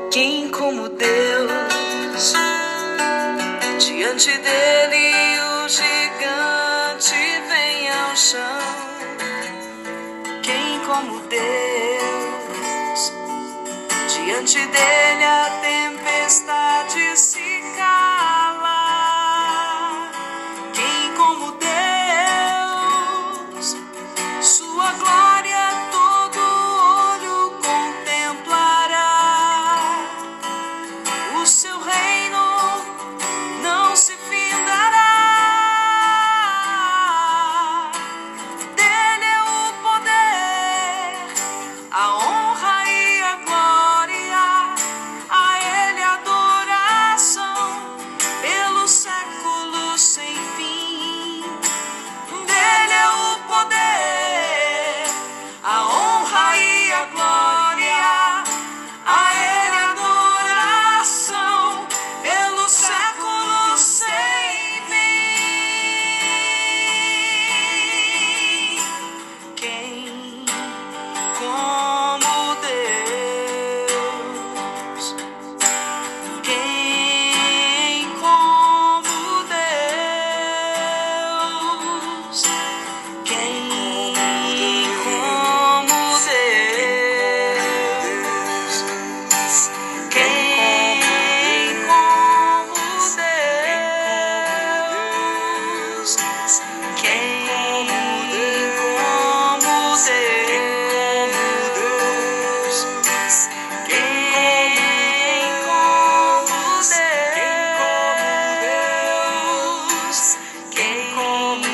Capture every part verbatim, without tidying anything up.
Quem como Deus? Diante dele o gigante vem ao chão. Quem como Deus? Diante dele a tempestade se cala. Quem como Deus? Sua glória todo olho contemplará. O seu reino não se findará. Dele é o poder, a honra e a glória, a ele a adoração pelos séculos sem fim. Dele é o poder, a honra e a glória, a ele a adoração pelos séculos sem fim. Quem como Deus? Quem como Deus? Quem como Deus? Quem como Deus? Quem como Deus? Quem como Deus? Quem como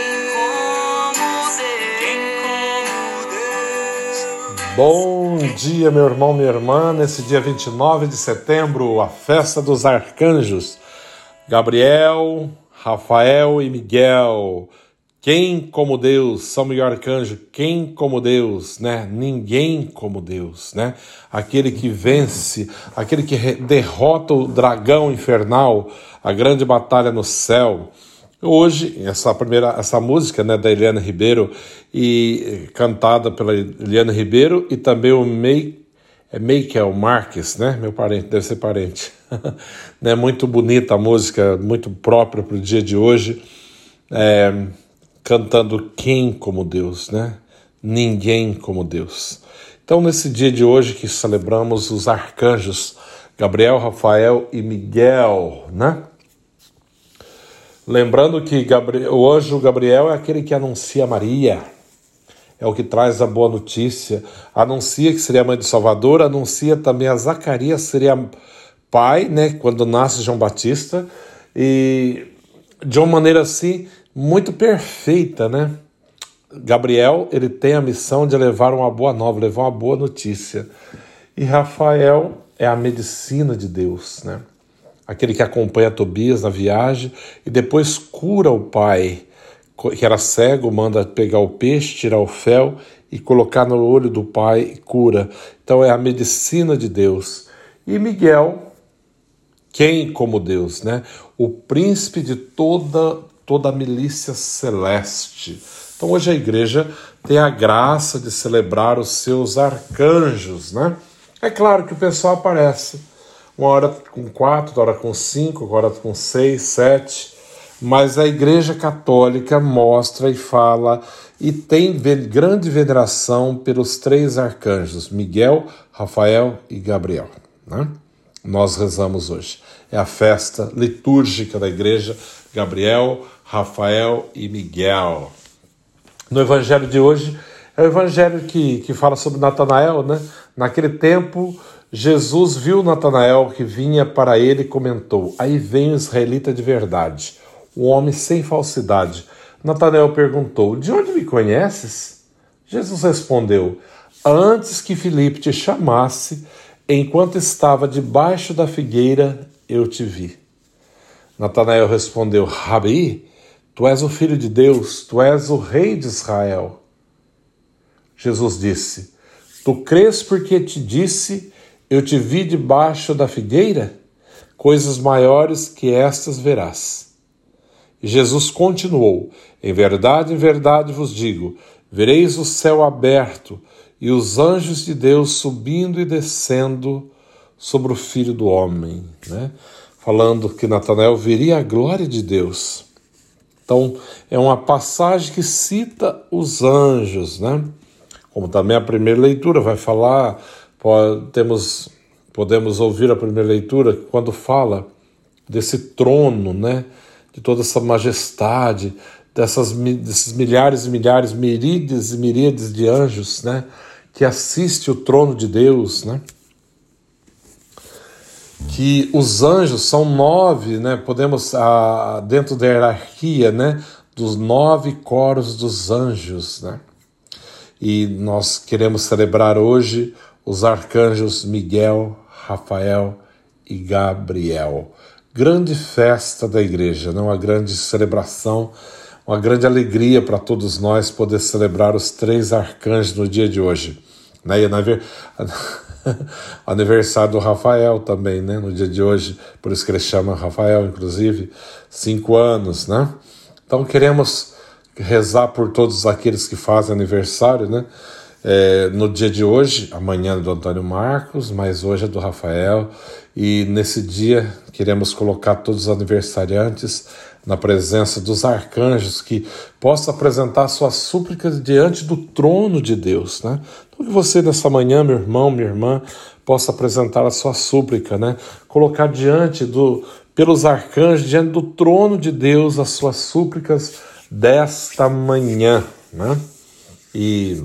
Deus? Bom dia, meu irmão, minha irmã, nesse dia vinte e nove de setembro, a festa dos arcanjos, Gabriel, Rafael e Miguel. Quem como Deus? São Miguel Arcanjo, quem como Deus, né? Ninguém como Deus, né? Aquele que vence, aquele que re- derrota o dragão infernal, a grande batalha no céu. Hoje, essa primeira, essa música, né, da Eliana Ribeiro, e cantada pela Eliana Ribeiro e também o Mei, é Michael Marques, né, meu parente, deve ser parente, né, muito bonita a música, muito própria para o dia de hoje, é, cantando quem como Deus, né, ninguém como Deus. Então, nesse dia de hoje que celebramos os arcanjos Gabriel, Rafael e Miguel, né? Lembrando que Gabriel, o anjo Gabriel é aquele que anuncia Maria, é o que traz a boa notícia, anuncia que seria a mãe do Salvador, anuncia também a Zacarias, seria pai, né, quando nasce João Batista, e de uma maneira assim, muito perfeita, né? Gabriel, ele tem a missão de levar uma boa nova, levar uma boa notícia, e Rafael é a medicina de Deus, né? Aquele que acompanha Tobias na viagem e depois cura o pai, que era cego, manda pegar o peixe, tirar o fel e colocar no olho do pai e cura. Então é a medicina de Deus. E Miguel, quem como Deus, né? O príncipe de toda, toda a milícia celeste. Então hoje a igreja tem a graça de celebrar os seus arcanjos, né? É claro que o pessoal aparece. Uma hora com quatro, outra hora com cinco, outra hora com seis, sete. Mas a Igreja Católica mostra e fala e tem grande veneração pelos três arcanjos, Miguel, Rafael e Gabriel, né? Nós rezamos hoje. É a festa litúrgica da Igreja, Gabriel, Rafael e Miguel. No Evangelho de hoje, é o Evangelho que, que fala sobre Natanael, né? Naquele tempo, Jesus viu Natanael que vinha para ele e comentou: aí vem o israelita de verdade, um homem sem falsidade. Natanael perguntou: de onde me conheces? Jesus respondeu: antes que Filipe te chamasse, enquanto estava debaixo da figueira, eu te vi. Natanael respondeu: Rabi, tu és o filho de Deus, tu és o rei de Israel. Jesus disse: tu crês porque te disse, eu te vi debaixo da figueira? Coisas maiores que estas verás. E Jesus continuou: em verdade, em verdade vos digo, vereis o céu aberto e os anjos de Deus subindo e descendo sobre o Filho do Homem, né? Falando que Natanael veria a glória de Deus. Então, é uma passagem que cita os anjos, né? Como também a primeira leitura vai falar, pode, temos, podemos ouvir a primeira leitura quando fala desse trono, né? De toda essa majestade, dessas, desses milhares e milhares, miríades e miríades de anjos, né? Que assiste o trono de Deus, né? Que os anjos são nove, né? Podemos, ah, dentro da hierarquia, né? Dos nove coros dos anjos, né? E nós queremos celebrar hoje os arcanjos Miguel, Rafael e Gabriel. Grande festa da igreja, né? Uma grande celebração, uma grande alegria para todos nós poder celebrar os três arcanjos no dia de hoje. Né? E na ver... aniversário do Rafael também, né? No dia de hoje, por isso que ele chama Rafael, inclusive, cinco anos, né? Então queremos rezar por todos aqueles que fazem aniversário, né? É, no dia de hoje, amanhã é do Antônio Marcos, mas hoje é do Rafael, e nesse dia queremos colocar todos os aniversariantes na presença dos arcanjos, que possa apresentar suas súplicas diante do trono de Deus, né? Então que você nessa manhã, meu irmão, minha irmã, possa apresentar a sua súplica, né? Colocar diante do, pelos arcanjos, diante do trono de Deus, as suas súplicas desta manhã, né? E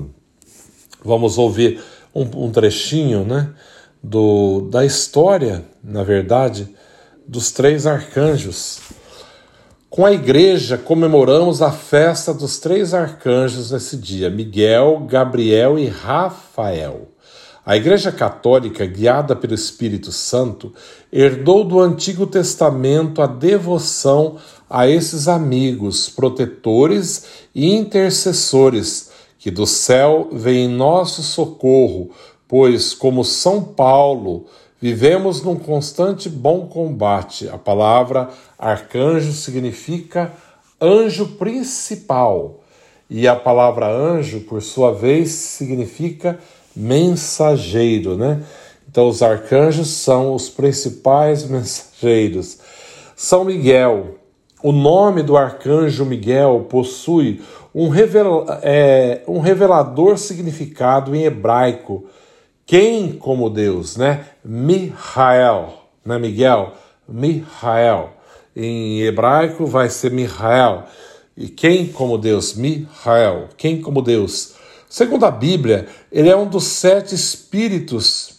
vamos ouvir um, um trechinho, né? Do, da história, na verdade, dos três arcanjos. Com a igreja, comemoramos a festa dos três arcanjos nesse dia, Miguel, Gabriel e Rafael. A Igreja Católica, guiada pelo Espírito Santo, herdou do Antigo Testamento a devoção a esses amigos, protetores e intercessores, que do céu vêm em nosso socorro, pois, como São Paulo, vivemos num constante bom combate. A palavra arcanjo significa anjo principal, e a palavra anjo, por sua vez, significa mensageiro, né? Então, os arcanjos são os principais mensageiros. São Miguel. O nome do arcanjo Miguel possui um, revela, é, um revelador significado em hebraico. Quem como Deus, né? Mihael, né, Miguel? Mihael. Em hebraico vai ser Mihael. E quem como Deus? Mihael. Quem como Deus? Segundo a Bíblia, ele é um dos sete espíritos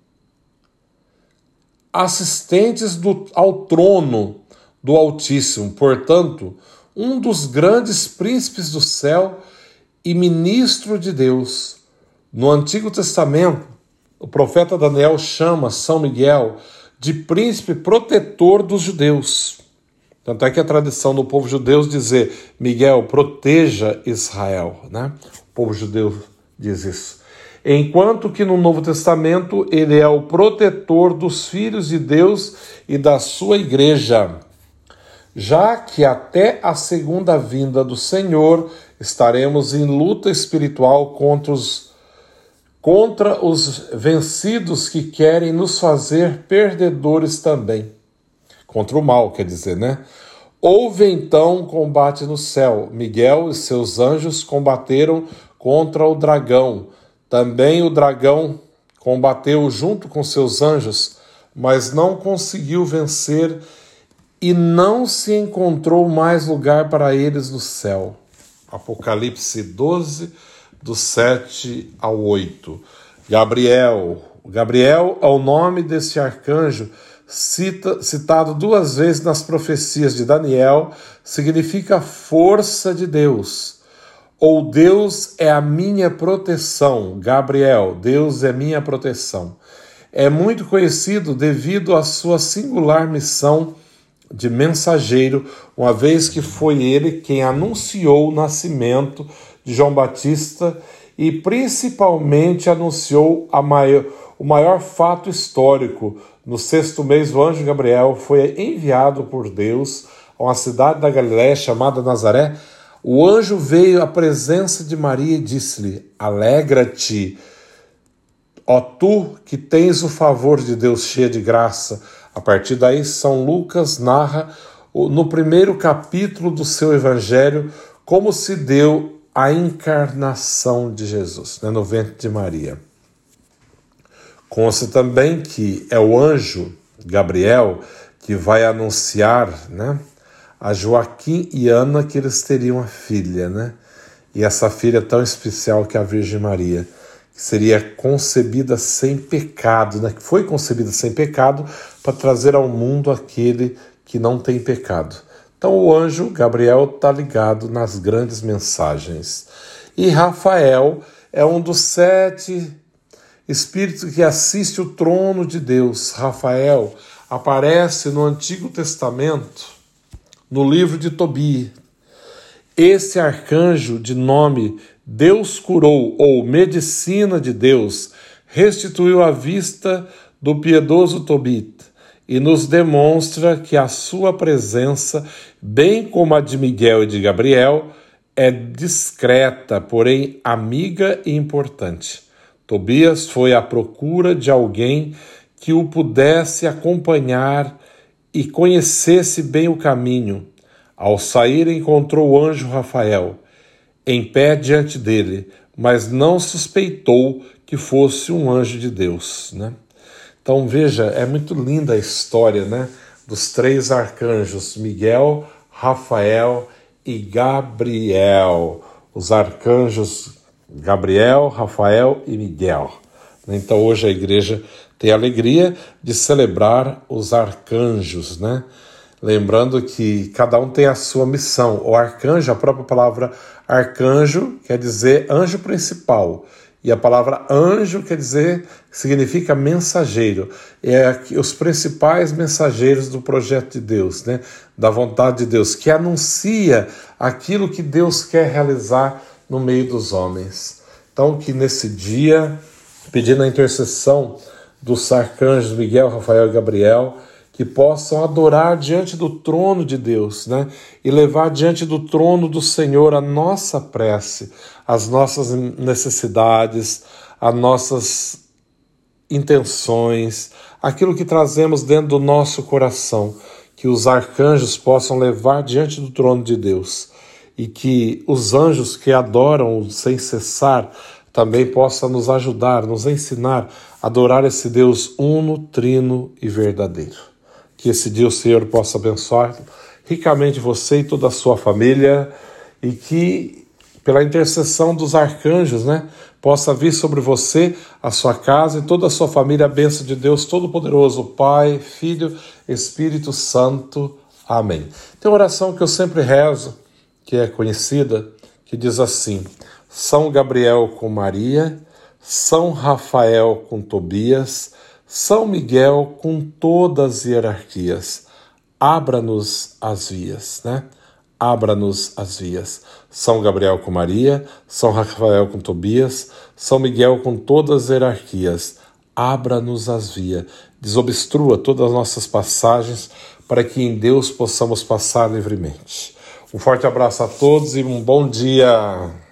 assistentes do, ao trono do Altíssimo. Portanto, um dos grandes príncipes do céu e ministro de Deus. No Antigo Testamento, o profeta Daniel chama São Miguel de príncipe protetor dos judeus. Tanto é que a tradição do povo judeu dizer Miguel, proteja Israel, né? O povo judeu diz isso. Enquanto que no Novo Testamento ele é o protetor dos filhos de Deus e da sua igreja, já que até a segunda vinda do Senhor estaremos em luta espiritual contra os contra os vencidos que querem nos fazer perdedores também. Contra o mal, quer dizer, né? Houve então um combate no céu. Miguel e seus anjos combateram contra o dragão. Também o dragão combateu junto com seus anjos, mas não conseguiu vencer e não se encontrou mais lugar para eles no céu. Apocalipse doze, do sete ao oito. Gabriel. Gabriel é o nome desse arcanjo cita, citado duas vezes nas profecias de Daniel, significa força de Deus. Ou Deus é a minha proteção. Gabriel, Deus é minha proteção. É muito conhecido devido à sua singular missão de mensageiro, uma vez que foi ele quem anunciou o nascimento de João Batista e principalmente anunciou a maior, o maior fato histórico. No sexto mês, o anjo Gabriel foi enviado por Deus a uma cidade da Galiléia chamada Nazaré. O anjo veio à presença de Maria e disse-lhe: alegra-te, Ó tu que tens o favor de Deus cheia de graça. A partir daí, São Lucas narra no primeiro capítulo do seu evangelho como se deu a encarnação de Jesus, né, no ventre de Maria. Consta também que é o anjo Gabriel que vai anunciar, né, a Joaquim e Ana que eles teriam a filha, né? E essa filha tão especial que é a Virgem Maria, que seria concebida sem pecado, né? Que foi concebida sem pecado para trazer ao mundo aquele que não tem pecado. Então o anjo Gabriel está ligado nas grandes mensagens. E Rafael é um dos sete espíritos que assiste o trono de Deus. Rafael aparece no Antigo Testamento, no livro de Tobias. Esse arcanjo de nome Deus curou, ou Medicina de Deus, restituiu a vista do piedoso Tobit e nos demonstra que a sua presença, bem como a de Miguel e de Gabriel, é discreta, porém amiga e importante. Tobias foi à procura de alguém que o pudesse acompanhar e conhecesse bem o caminho. Ao sair, encontrou o anjo Rafael, em pé diante dele, mas não suspeitou que fosse um anjo de Deus, né? Então veja, é muito linda a história, né, dos três arcanjos, Miguel, Rafael e Gabriel. Os arcanjos Gabriel, Rafael e Miguel. Então hoje a igreja tem a alegria de celebrar os arcanjos, né? Lembrando que cada um tem a sua missão. O arcanjo, a própria palavra arcanjo quer dizer anjo principal. E a palavra anjo quer dizer, significa mensageiro. É os principais mensageiros do projeto de Deus, né? Da vontade de Deus, que anuncia aquilo que Deus quer realizar no meio dos homens. Então que nesse dia, pedindo a intercessão dos arcanjos Miguel, Rafael e Gabriel, que possam adorar diante do trono de Deus, né? E levar diante do trono do Senhor a nossa prece, as nossas necessidades, as nossas intenções, aquilo que trazemos dentro do nosso coração, que os arcanjos possam levar diante do trono de Deus e que os anjos que adoram sem cessar também possam nos ajudar, nos ensinar a adorar esse Deus uno, trino e verdadeiro. Que esse dia o Senhor possa abençoar ricamente você e toda a sua família e que, pela intercessão dos arcanjos, né, possa vir sobre você, a sua casa e toda a sua família a bênção de Deus Todo-Poderoso, Pai, Filho, Espírito Santo. Amém. Tem uma oração que eu sempre rezo, que é conhecida, que diz assim: São Gabriel com Maria, São Rafael com Tobias, São Miguel com todas as hierarquias, abra-nos as vias, né? Abra-nos as vias. São Gabriel com Maria, São Rafael com Tobias, São Miguel com todas as hierarquias, abra-nos as vias. Desobstrua todas as nossas passagens para que em Deus possamos passar livremente. Um forte abraço a todos e um bom dia.